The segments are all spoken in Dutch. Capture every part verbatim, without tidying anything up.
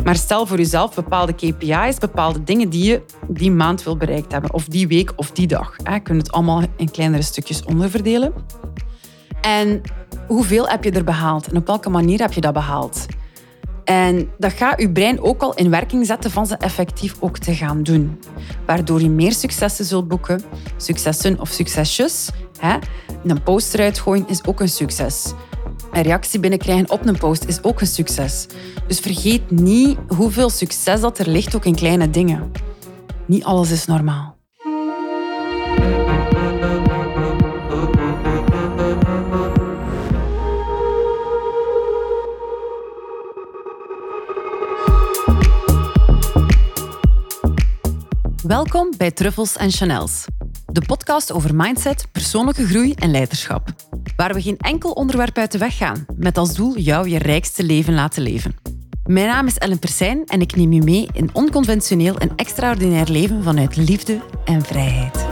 Maar stel voor jezelf bepaalde K P I's, bepaalde dingen die je die maand wil bereikt hebben. Of die week of die dag. Je kunt het allemaal in kleinere stukjes onderverdelen. En hoeveel heb je er behaald? En op welke manier heb je dat behaald? En dat gaat je brein ook al in werking zetten van ze effectief ook te gaan doen. Waardoor je meer successen zult boeken. Successen of succesjes. Hè? Een post eruit gooien is ook een succes. Een reactie binnenkrijgen op een post is ook een succes. Dus vergeet niet hoeveel succes dat er ligt ook in kleine dingen. Niet alles is normaal. Welkom bij Truffels en Chanels. De podcast over mindset, persoonlijke groei en leiderschap. Waar we geen enkel onderwerp uit de weg gaan, met als doel jou je rijkste leven laten leven. Mijn naam is Ellen Persijn en ik neem je mee in onconventioneel en extraordinair leven vanuit liefde en vrijheid.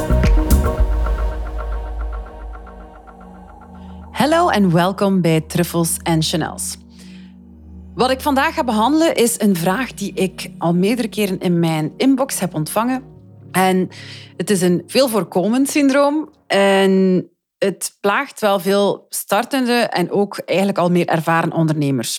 Hallo en welkom bij Truffels en Chanels. Wat ik vandaag ga behandelen is een vraag die ik al meerdere keren in mijn inbox heb ontvangen. En het is een veel voorkomend syndroom. En het plaagt wel veel startende en ook eigenlijk al meer ervaren ondernemers.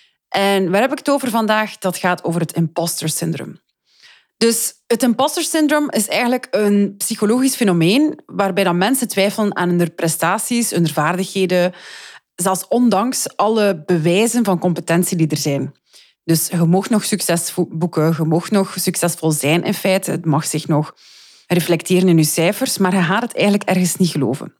En waar heb ik het over vandaag? Dat gaat over het imposter syndroom. Dus het imposter syndroom is eigenlijk een psychologisch fenomeen waarbij dan mensen twijfelen aan hun prestaties, hun vaardigheden, zelfs ondanks alle bewijzen van competentie die er zijn. Dus je mag nog succes boeken, je mag nog succesvol zijn in feite. Het mag zich nog reflecteren in je cijfers, maar je gaat het eigenlijk ergens niet geloven.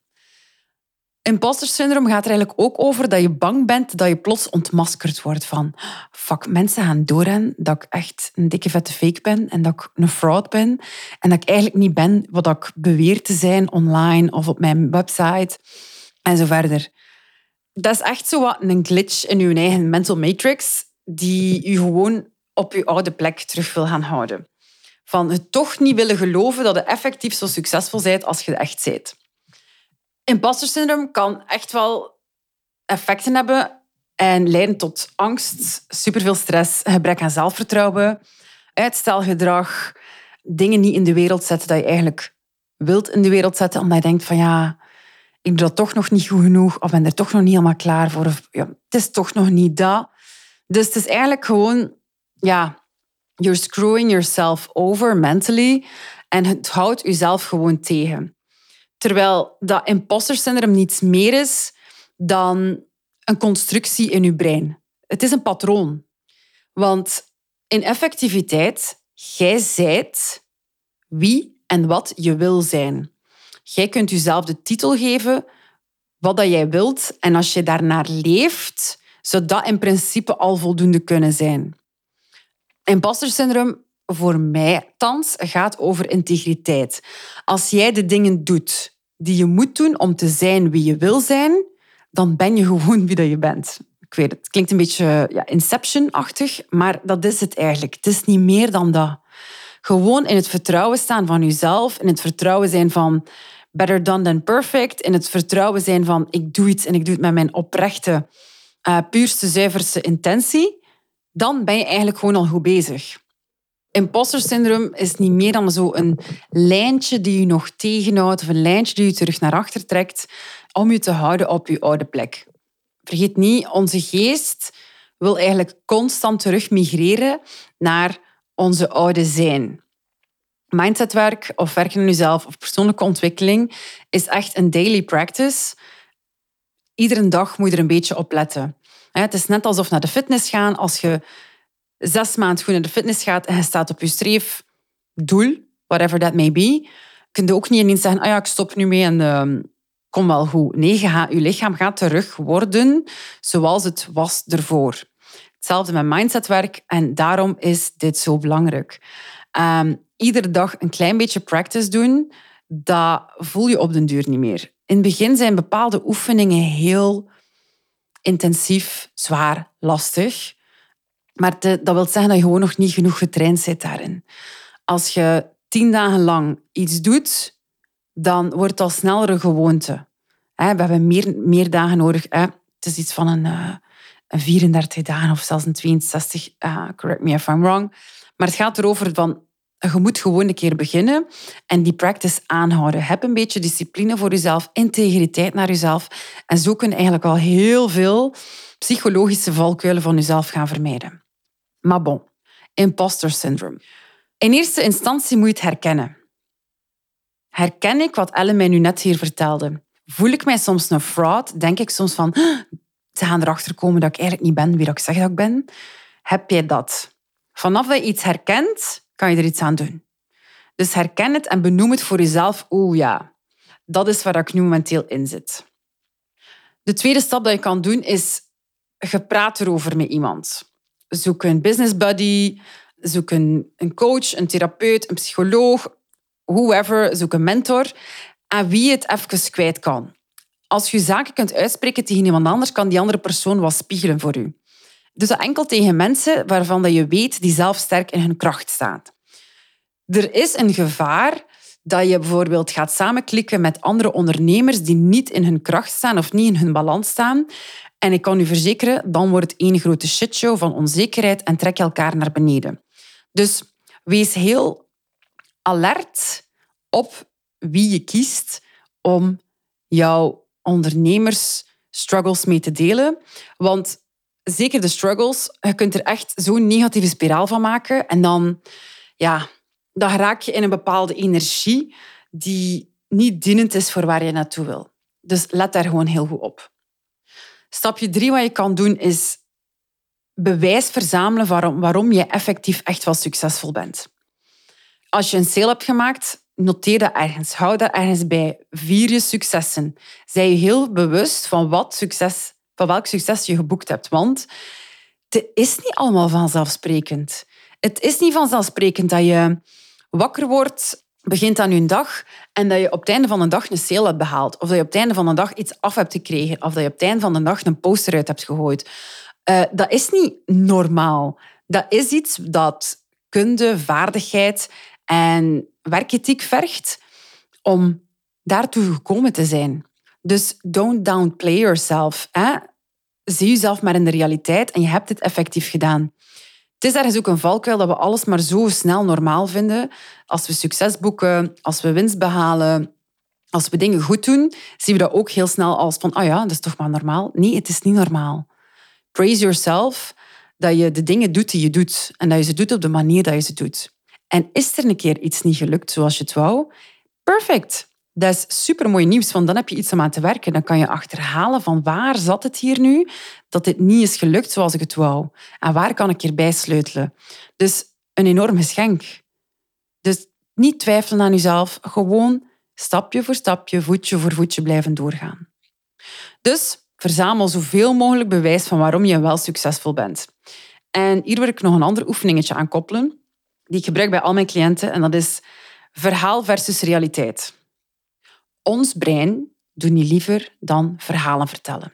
Imposter syndroom gaat er eigenlijk ook over dat je bang bent dat je plots ontmaskerd wordt van fuck, mensen gaan doorhebben dat ik echt een dikke vette fake ben en dat ik een fraud ben en dat ik eigenlijk niet ben wat ik beweer te zijn online of op mijn website en zo verder. Dat is echt zo wat een glitch in je eigen mental matrix die je gewoon op je oude plek terug wil gaan houden. Van het toch niet willen geloven dat je effectief zo succesvol bent als je het echt bent. Imposter syndroom kan echt wel effecten hebben en leiden tot angst, superveel stress, gebrek aan zelfvertrouwen, uitstelgedrag, dingen niet in de wereld zetten dat je eigenlijk wilt in de wereld zetten, omdat je denkt van ja, ik doe dat toch nog niet goed genoeg of ben er toch nog niet helemaal klaar voor. Of, ja, het is toch nog niet dat. Dus het is eigenlijk gewoon, ja, you're screwing yourself over mentally en het houdt jezelf gewoon tegen. Terwijl dat imposter syndroom niets meer is dan een constructie in je brein. Het is een patroon. Want in effectiviteit, jij zijt wie en wat je wil zijn. Jij kunt jezelf de titel geven wat dat jij wilt. En als je daarnaar leeft, zou dat in principe al voldoende kunnen zijn. Imposter syndroom voor mij thans gaat over integriteit. Als jij de dingen doet die je moet doen om te zijn wie je wil zijn, dan ben je gewoon wie dat je bent. Ik weet het, het klinkt een beetje ja, Inception-achtig, maar dat is het eigenlijk. Het is niet meer dan dat. Gewoon in het vertrouwen staan van jezelf, in het vertrouwen zijn van better done than perfect, in het vertrouwen zijn van ik doe iets en ik doe het met mijn oprechte, uh, puurste, zuiverste intentie, dan ben je eigenlijk gewoon al goed bezig. Imposter syndroom is niet meer dan zo een lijntje die je nog tegenhoudt of een lijntje die je terug naar achter trekt om je te houden op je oude plek. Vergeet niet, onze geest wil eigenlijk constant terug migreren naar onze oude zijn. Mindsetwerk of werken aan jezelf of persoonlijke ontwikkeling is echt een daily practice. Iedere dag moet je er een beetje op letten. Het is net alsof naar de fitness gaan. Als je zes maanden goed naar de fitness gaat en je staat op je streefdoel, whatever that may be, kun je ook niet ineens zeggen, ah ja, ik stop nu mee en uh, kom wel goed. Nee, je, gaat, je lichaam gaat terug worden zoals het was ervoor. Hetzelfde met mindsetwerk en daarom is dit zo belangrijk. Um, iedere dag een klein beetje practice doen, dat voel je op den duur niet meer. In het begin zijn bepaalde oefeningen heel intensief, zwaar, lastig. Maar te, dat wil zeggen dat je gewoon nog niet genoeg getraind bent daarin. Als je tien dagen lang iets doet, dan wordt het al sneller een gewoonte. We hebben meer, meer dagen nodig. Het is iets van een, uh, een vierendertig dagen of zelfs een tweeënzestig. Uh, correct me if I'm wrong. Maar het gaat erover van, je moet gewoon een keer beginnen en die practice aanhouden. Heb een beetje discipline voor jezelf, integriteit naar jezelf. En zo kun je eigenlijk al heel veel psychologische valkuilen van jezelf gaan vermijden. Maar bon, imposter syndrome. In eerste instantie moet je het herkennen. Herken ik wat Ellen mij nu net hier vertelde? Voel ik mij soms een fraud? Denk ik soms van, ze gaan erachter komen dat ik eigenlijk niet ben wie ik zeg dat ik ben? Heb jij dat? Vanaf dat je iets herkent, kan je er iets aan doen. Dus herken het en benoem het voor jezelf. Oeh ja, dat is waar ik nu momenteel in zit. De tweede stap dat je kan doen is, je praat erover met iemand. Zoek een business buddy, zoek een, een coach, een therapeut, een psycholoog, whoever, zoek een mentor aan wie je het even kwijt kan. Als je zaken kunt uitspreken tegen iemand anders, kan die andere persoon wat spiegelen voor u. Dus dat enkel tegen mensen waarvan je weet die zelf sterk in hun kracht staan. Er is een gevaar dat je bijvoorbeeld gaat samenklikken met andere ondernemers die niet in hun kracht staan of niet in hun balans staan. En ik kan u verzekeren, dan wordt het één grote shitshow van onzekerheid en trek je elkaar naar beneden. Dus wees heel alert op wie je kiest om jouw ondernemersstruggles mee te delen. Want zeker de struggles, je kunt er echt zo'n negatieve spiraal van maken. En dan, ja, dan raak je in een bepaalde energie die niet dienend is voor waar je naartoe wil. Dus let daar gewoon heel goed op. Stapje drie wat je kan doen is bewijs verzamelen waarom, waarom je effectief echt wel succesvol bent. Als je een sale hebt gemaakt, noteer dat ergens. Hou dat ergens bij. Vier je successen. Zij je heel bewust van, wat succes, van welk succes je geboekt hebt. Want het is niet allemaal vanzelfsprekend. Het is niet vanzelfsprekend dat je wakker wordt, begint aan je dag en dat je op het einde van de dag een sale hebt behaald. Of dat je op het einde van de dag iets af hebt gekregen. Of dat je op het einde van de dag een poster uit hebt gegooid. Uh, dat is niet normaal. Dat is iets dat kunde, vaardigheid en werkethiek vergt om daartoe gekomen te zijn. Dus don't downplay yourself. Hè? Zie jezelf maar in de realiteit en je hebt het effectief gedaan. Het is ergens ook een valkuil dat we alles maar zo snel normaal vinden. Als we succes boeken, als we winst behalen, als we dingen goed doen, zien we dat ook heel snel als van, ah ja, dat is toch maar normaal. Nee, het is niet normaal. Praise yourself dat je de dingen doet die je doet en dat je ze doet op de manier dat je ze doet. En is er een keer iets niet gelukt zoals je het wou? Perfect. Dat is supermooi nieuws, want dan heb je iets om aan te werken. Dan kan je achterhalen van waar zat het hier nu dat dit niet is gelukt zoals ik het wou. En waar kan ik hierbij sleutelen? Dus een enorm geschenk. Dus niet twijfelen aan jezelf. Gewoon stapje voor stapje, voetje voor voetje blijven doorgaan. Dus verzamel zoveel mogelijk bewijs van waarom je wel succesvol bent. En hier wil ik nog een ander oefeningetje aan koppelen, die ik gebruik bij al mijn cliënten. En dat is verhaal versus realiteit. Ons brein doet niet liever dan verhalen vertellen.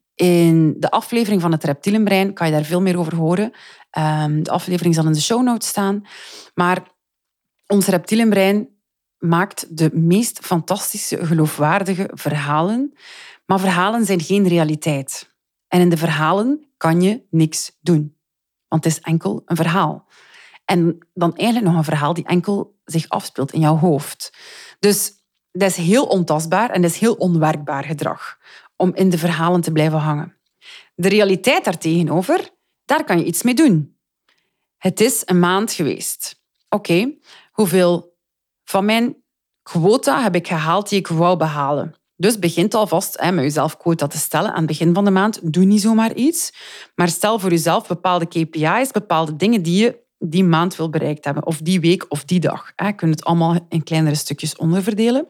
In de aflevering van het reptielenbrein kan je daar veel meer over horen. De aflevering zal in de show notes staan. Maar ons reptielenbrein maakt de meest fantastische, geloofwaardige verhalen. Maar verhalen zijn geen realiteit. En in de verhalen kan je niks doen. Want het is enkel een verhaal. En dan eigenlijk nog een verhaal die enkel zich afspeelt in jouw hoofd. Dus dat is heel ontastbaar en dat is heel onwerkbaar gedrag om in de verhalen te blijven hangen. De realiteit daartegenover, daar kan je iets mee doen. Het is een maand geweest. Oké, okay, hoeveel van mijn quota heb ik gehaald die ik wou behalen? Dus begint alvast hè, met jezelf quota te stellen aan het begin van de maand. Doe niet zomaar iets, maar stel voor jezelf bepaalde K P I's, bepaalde dingen die je die maand wil bereikt hebben, of die week of die dag. Je kunt het allemaal in kleinere stukjes onderverdelen.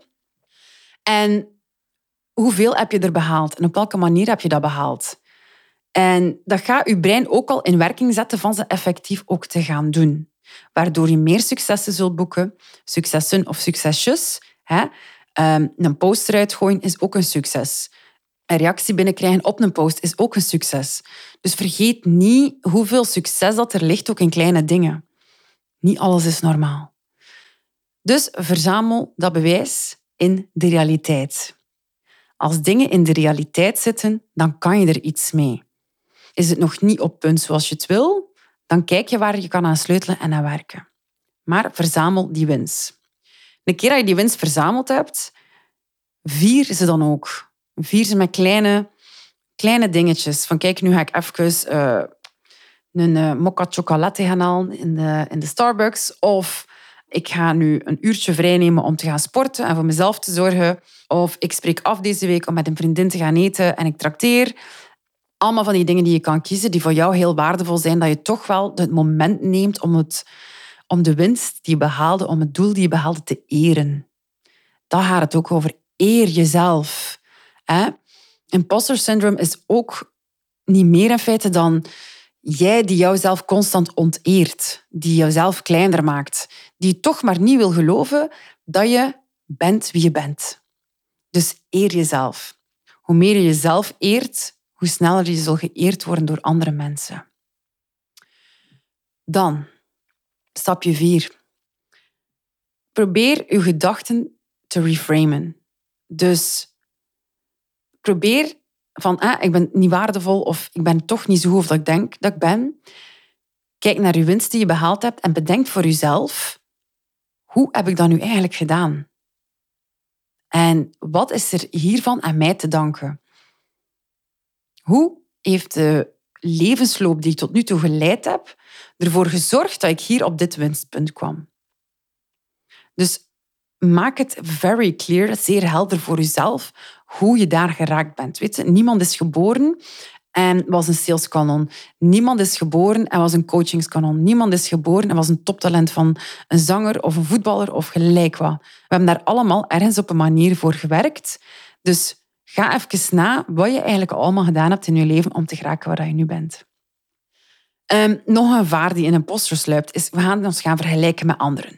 En hoeveel heb je er behaald? En op welke manier heb je dat behaald? En dat gaat je brein ook al in werking zetten van ze effectief ook te gaan doen. Waardoor je meer successen zult boeken. Successen of succesjes. Hè? Um, een post eruit gooien is ook een succes. Een reactie binnenkrijgen op een post is ook een succes. Dus vergeet niet hoeveel succes dat er ligt ook in kleine dingen. Niet alles is normaal. Dus verzamel dat bewijs in de realiteit. Als dingen in de realiteit zitten, dan kan je er iets mee. Is het nog niet op punt zoals je het wil, dan kijk je waar je kan aan sleutelen en aan werken. Maar verzamel die wins. Een keer dat je die winst verzameld hebt, vier ze dan ook. Vier ze met kleine, kleine dingetjes. Van kijk, nu ga ik even uh, een uh, mocha chocolate gaan halen in de, in de Starbucks. Of ik ga nu een uurtje vrijnemen om te gaan sporten en voor mezelf te zorgen. Of ik spreek af deze week om met een vriendin te gaan eten en ik trakteer. Allemaal van die dingen die je kan kiezen, die voor jou heel waardevol zijn, dat je toch wel het moment neemt om, het, om de winst die je behaalde, om het doel die je behaalde te eren. Daar gaat het ook over. Eer jezelf. Hè? Imposter syndrome is ook niet meer in feite dan jij die jouzelf constant onteert, die jouzelf kleiner maakt, die toch maar niet wil geloven dat je bent wie je bent. Dus eer jezelf. Hoe meer je jezelf eert, hoe sneller je zal geëerd worden door andere mensen. Dan, stapje vier. Probeer je gedachten te reframen. Dus probeer van, ah, ik ben niet waardevol of ik ben toch niet zo goed als ik denk dat ik ben. Kijk naar je winst die je behaald hebt en bedenk voor jezelf, hoe heb ik dat nu eigenlijk gedaan? En wat is er hiervan aan mij te danken? Hoe heeft de levensloop die ik tot nu toe geleid heb ervoor gezorgd dat ik hier op dit winstpunt kwam? Dus maak het very clear, zeer helder voor jezelf, hoe je daar geraakt bent. Weet je, niemand is geboren en was een saleskanon. Niemand is geboren en was een coachingskanon. Niemand is geboren en was een toptalent van een zanger of een voetballer of gelijk wat. We hebben daar allemaal ergens op een manier voor gewerkt. Dus ga even na wat je eigenlijk allemaal gedaan hebt in je leven om te geraken waar je nu bent. Um, nog een vaar die in een poster sluipt, is we gaan ons gaan vergelijken met anderen.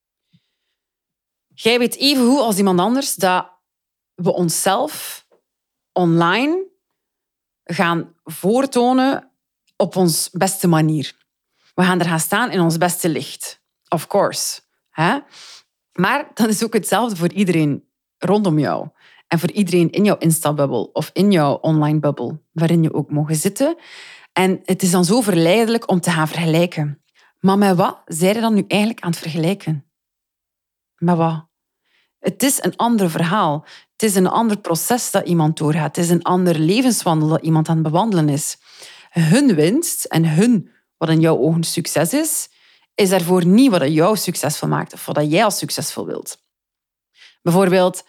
Jij weet even goed als iemand anders dat we onszelf online gaan voortonen op ons beste manier. We gaan er gaan staan in ons beste licht. Of course. Hè? Maar dat is ook hetzelfde voor iedereen rondom jou. En voor iedereen in jouw Insta-bubbel of in jouw online-bubbel, waarin je ook mogen zitten. En het is dan zo verleidelijk om te gaan vergelijken. Maar met wat zijn je dan nu eigenlijk aan het vergelijken? Met wat? Het is een ander verhaal. Het is een ander proces dat iemand doorgaat. Het is een ander levenswandel dat iemand aan het bewandelen is. Hun winst en hun, wat in jouw ogen succes is, is daarvoor niet wat jou succesvol maakt of wat jij als succesvol wilt. Bijvoorbeeld,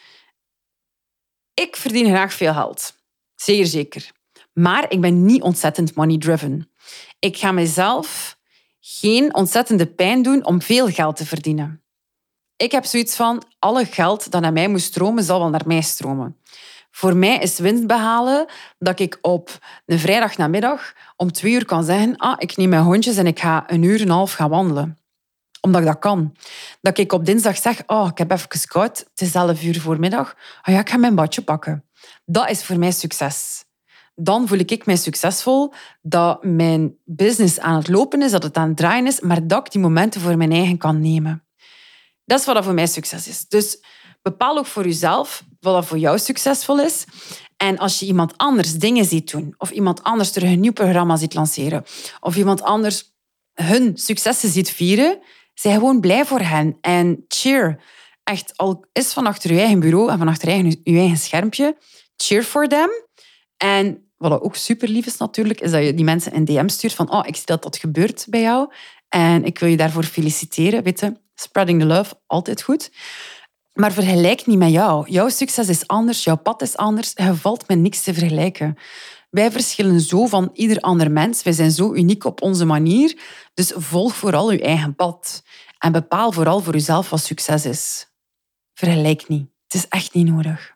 ik verdien graag veel geld. Zeer zeker. Maar ik ben niet ontzettend money-driven. Ik ga mezelf geen ontzettende pijn doen om veel geld te verdienen. Ik heb zoiets van, alle geld dat naar mij moet stromen, zal wel naar mij stromen. Voor mij is winst behalen dat ik op een vrijdagnamiddag om twee uur kan zeggen, ah, ik neem mijn hondjes en ik ga een uur en een half gaan wandelen. Omdat ik dat kan. Dat ik op dinsdag zeg, oh, ik heb even koud, het is elf uur voormiddag, oh ja, ik ga mijn badje pakken. Dat is voor mij succes. Dan voel ik mij succesvol, dat mijn business aan het lopen is, dat het aan het draaien is, maar dat ik die momenten voor mijn eigen kan nemen. Dat is wat voor mij succes is. Dus bepaal ook voor jezelf wat voor jou succesvol is. En als je iemand anders dingen ziet doen, of iemand anders terug een nieuw programma ziet lanceren, of iemand anders hun successen ziet vieren, zij gewoon blij voor hen. En cheer. Echt, al is van achter je eigen bureau en van achter je eigen, je eigen schermpje, cheer for them. En wat ook super lief is natuurlijk, is dat je die mensen een D M stuurt van, oh, ik zie dat dat gebeurt bij jou en ik wil je daarvoor feliciteren. Weet je, spreading the love, altijd goed. Maar vergelijk niet met jou. Jouw succes is anders, jouw pad is anders. Je valt met niks te vergelijken. Wij verschillen zo van ieder ander mens. Wij zijn zo uniek op onze manier. Dus volg vooral je eigen pad. En bepaal vooral voor jezelf wat succes is. Vergelijk niet. Het is echt niet nodig.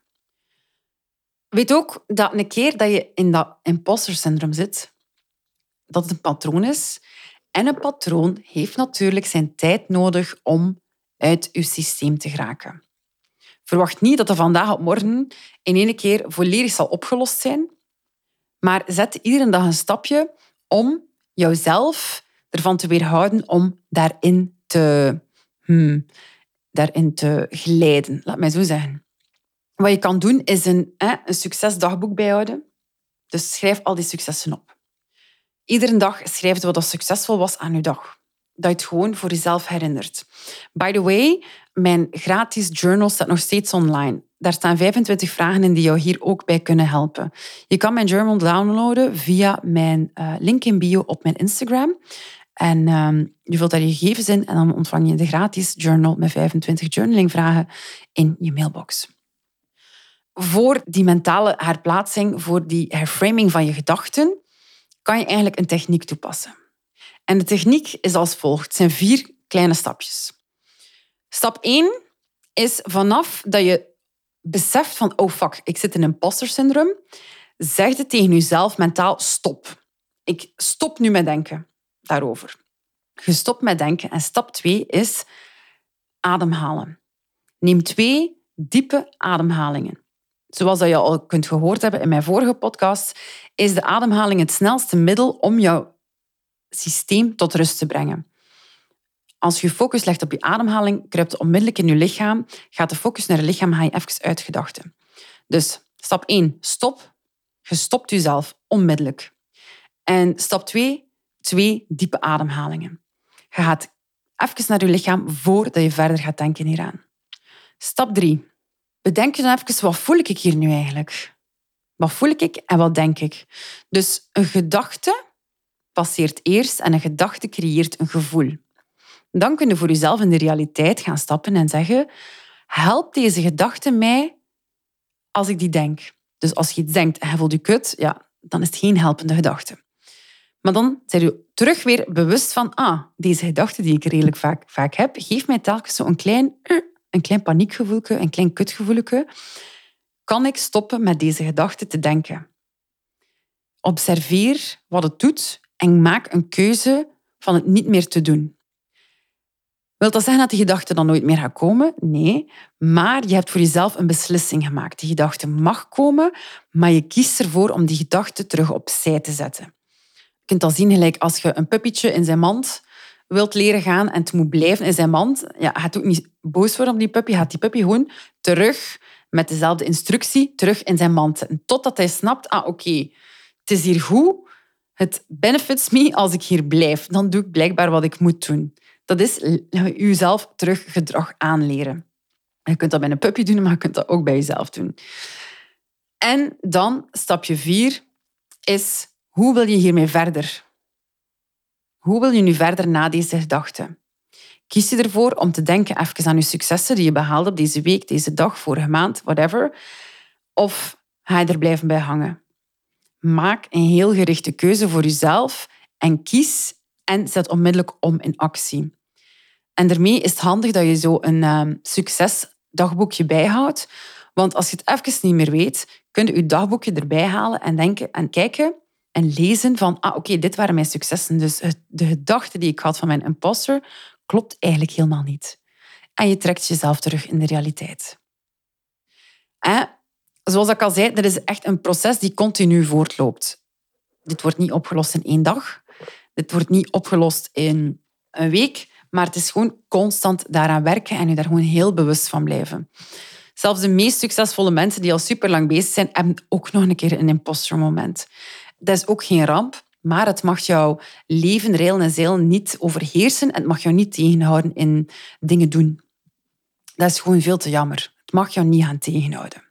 Weet ook dat een keer dat je in dat imposter syndroom zit, dat het een patroon is. En een patroon heeft natuurlijk zijn tijd nodig om uit je systeem te geraken. Verwacht niet dat dat vandaag op morgen in één keer volledig zal opgelost zijn. Maar zet iedere dag een stapje om jouzelf ervan te weerhouden om daarin te, hmm, daarin te glijden. Laat mij zo zeggen. Wat je kan doen, is een, hè, een succesdagboek bijhouden. Dus schrijf al die successen op. Iedere dag schrijf je wat succesvol was aan je dag. Dat je het gewoon voor jezelf herinnert. By the way, mijn gratis journal staat nog steeds online. Daar staan vijfentwintig vragen in die jou hier ook bij kunnen helpen. Je kan mijn journal downloaden via mijn uh, link in bio op mijn Instagram. En uh, je vult daar je gegevens in en dan ontvang je de gratis journal met vijfentwintig journalingvragen in je mailbox. Voor die mentale herplaatsing, voor die herframing van je gedachten, kan je eigenlijk een techniek toepassen. En de techniek is als volgt. Het zijn vier kleine stapjes. Stap één is vanaf dat je beseft van oh fuck, ik zit in een imposter syndroom, zeg het tegen jezelf mentaal stop. Ik stop nu met denken daarover. Je stopt met denken. En stap twee is ademhalen. Neem twee diepe ademhalingen. Zoals dat je al kunt gehoord hebben in mijn vorige podcast, is de ademhaling het snelste middel om jouw systeem tot rust te brengen. Als je focus legt op je ademhaling, kruipt het onmiddellijk in je lichaam, gaat de focus naar je lichaam, ga je even uit gedachten. Dus stap één, stop. Je stopt jezelf onmiddellijk. En stap twee, twee diepe ademhalingen. Je gaat even naar je lichaam voordat je verder gaat denken hieraan. Stap drie. Bedenk je dan even, wat voel ik hier nu eigenlijk? Wat voel ik en wat denk ik? Dus een gedachte passeert eerst en een gedachte creëert een gevoel. Dan kun je voor jezelf in de realiteit gaan stappen en zeggen, helpt deze gedachte mij als ik die denk? Dus als je iets denkt en je voelt je kut, ja, dan is het geen helpende gedachte. Maar dan zijn je terug weer bewust van, ah, deze gedachte die ik redelijk vaak, vaak heb, geeft mij telkens zo'n klein, een klein paniekgevoelke, een klein kutgevoelke. Kan ik stoppen met deze gedachte te denken? Observeer wat het doet en maak een keuze van het niet meer te doen. Wil dat zeggen dat die gedachte dan nooit meer gaat komen? Nee, maar je hebt voor jezelf een beslissing gemaakt. Die gedachte mag komen, maar je kiest ervoor om die gedachte terug opzij te zetten. Je kunt dat zien gelijk als je een puppytje in zijn mand wilt leren gaan en het moet blijven in zijn mand. Ja, hij gaat ook niet boos worden op die puppy, gaat die puppy gewoon terug met dezelfde instructie terug in zijn mand zetten. Totdat hij snapt, ah oké, okay, het is hier goed, het benefits me als ik hier blijf. Dan doe ik blijkbaar wat ik moet doen. Dat is jezelf terug gedrag aanleren. Je kunt dat bij een puppy doen, maar je kunt dat ook bij jezelf doen. En dan, stapje vier, is hoe wil je hiermee verder? Hoe wil je nu verder na deze gedachte? Kies je ervoor om te denken even aan je successen die je behaald hebt deze week, deze dag, vorige maand, whatever? Of ga je er blijven bij hangen? Maak een heel gerichte keuze voor jezelf en kies en zet onmiddellijk om in actie. En daarmee is het handig dat je zo een um, succesdagboekje bijhoudt. Want als je het even niet meer weet, kun je je dagboekje erbij halen en denken en kijken en lezen van, ah, oké, okay, dit waren mijn successen. Dus de gedachte die ik had van mijn imposter klopt eigenlijk helemaal niet. En je trekt jezelf terug in de realiteit. En, zoals ik al zei, er is echt een proces die continu voortloopt. Dit wordt niet opgelost in één dag. Dit wordt niet opgelost in een week. Maar het is gewoon constant daaraan werken en je daar gewoon heel bewust van blijven. Zelfs de meest succesvolle mensen die al super lang bezig zijn, hebben ook nog een keer een imposter moment. Dat is ook geen ramp, maar het mag jouw leven, reilen en zeilen niet overheersen en het mag jou niet tegenhouden in dingen doen. Dat is gewoon veel te jammer. Het mag jou niet gaan tegenhouden.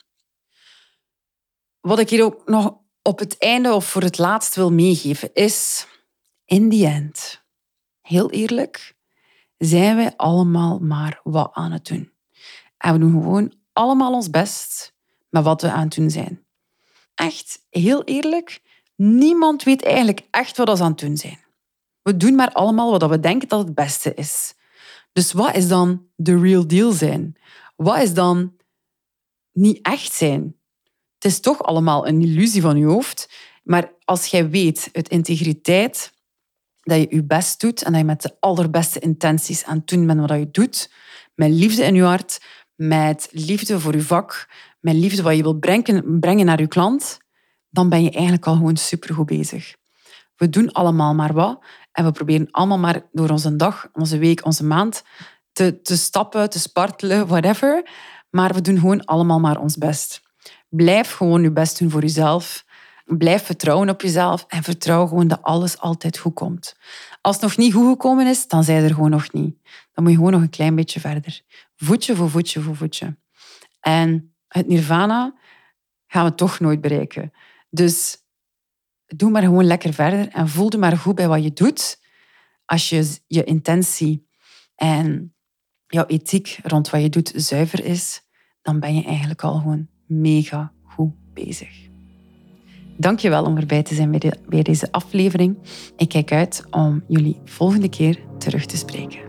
Wat ik hier ook nog op het einde of voor het laatst wil meegeven is, in the end, heel eerlijk, zijn wij allemaal maar wat aan het doen. En we doen gewoon allemaal ons best met wat we aan het doen zijn. Echt, heel eerlijk, niemand weet eigenlijk echt wat we aan het doen zijn. We doen maar allemaal wat we denken dat het beste is. Dus wat is dan de real deal zijn? Wat is dan niet echt zijn? Het is toch allemaal een illusie van je hoofd. Maar als jij weet uit integriteit dat je je best doet en dat je met de allerbeste intenties aan het doen bent wat je doet, met liefde in je hart, met liefde voor je vak, met liefde wat je wilt brengen, brengen naar je klant, dan ben je eigenlijk al gewoon supergoed bezig. We doen allemaal maar wat en we proberen allemaal maar door onze dag, onze week, onze maand te, te stappen, te spartelen, whatever. maar we doen gewoon allemaal maar ons best. Blijf gewoon je best doen voor jezelf. Blijf vertrouwen op jezelf en vertrouw gewoon dat alles altijd goed komt. Als het nog niet goed gekomen is, dan zij er gewoon nog niet. Dan moet je gewoon nog een klein beetje verder. Voetje voor voetje voor voetje. En het nirvana gaan we toch nooit bereiken. Dus doe maar gewoon lekker verder en voel je maar goed bij wat je doet. Als je je intentie en jouw ethiek rond wat je doet zuiver is, dan ben je eigenlijk al gewoon mega goed bezig. Dank je wel om erbij te zijn bij deze aflevering. Ik kijk uit om jullie volgende keer terug te spreken.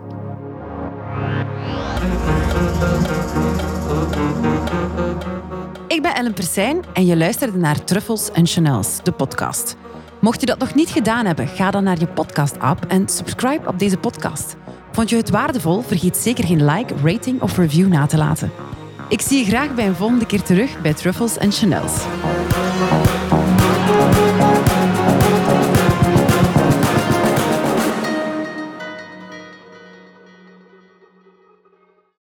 Ik ben Ellen Persijn en je luisterde naar Truffles en Chanels, de podcast. Mocht je dat nog niet gedaan hebben, ga dan naar je podcast-app en subscribe op deze podcast. Vond je het waardevol? Vergeet zeker geen like, rating of review na te laten. Ik zie je graag bij een volgende keer terug bij Truffles en Chanels.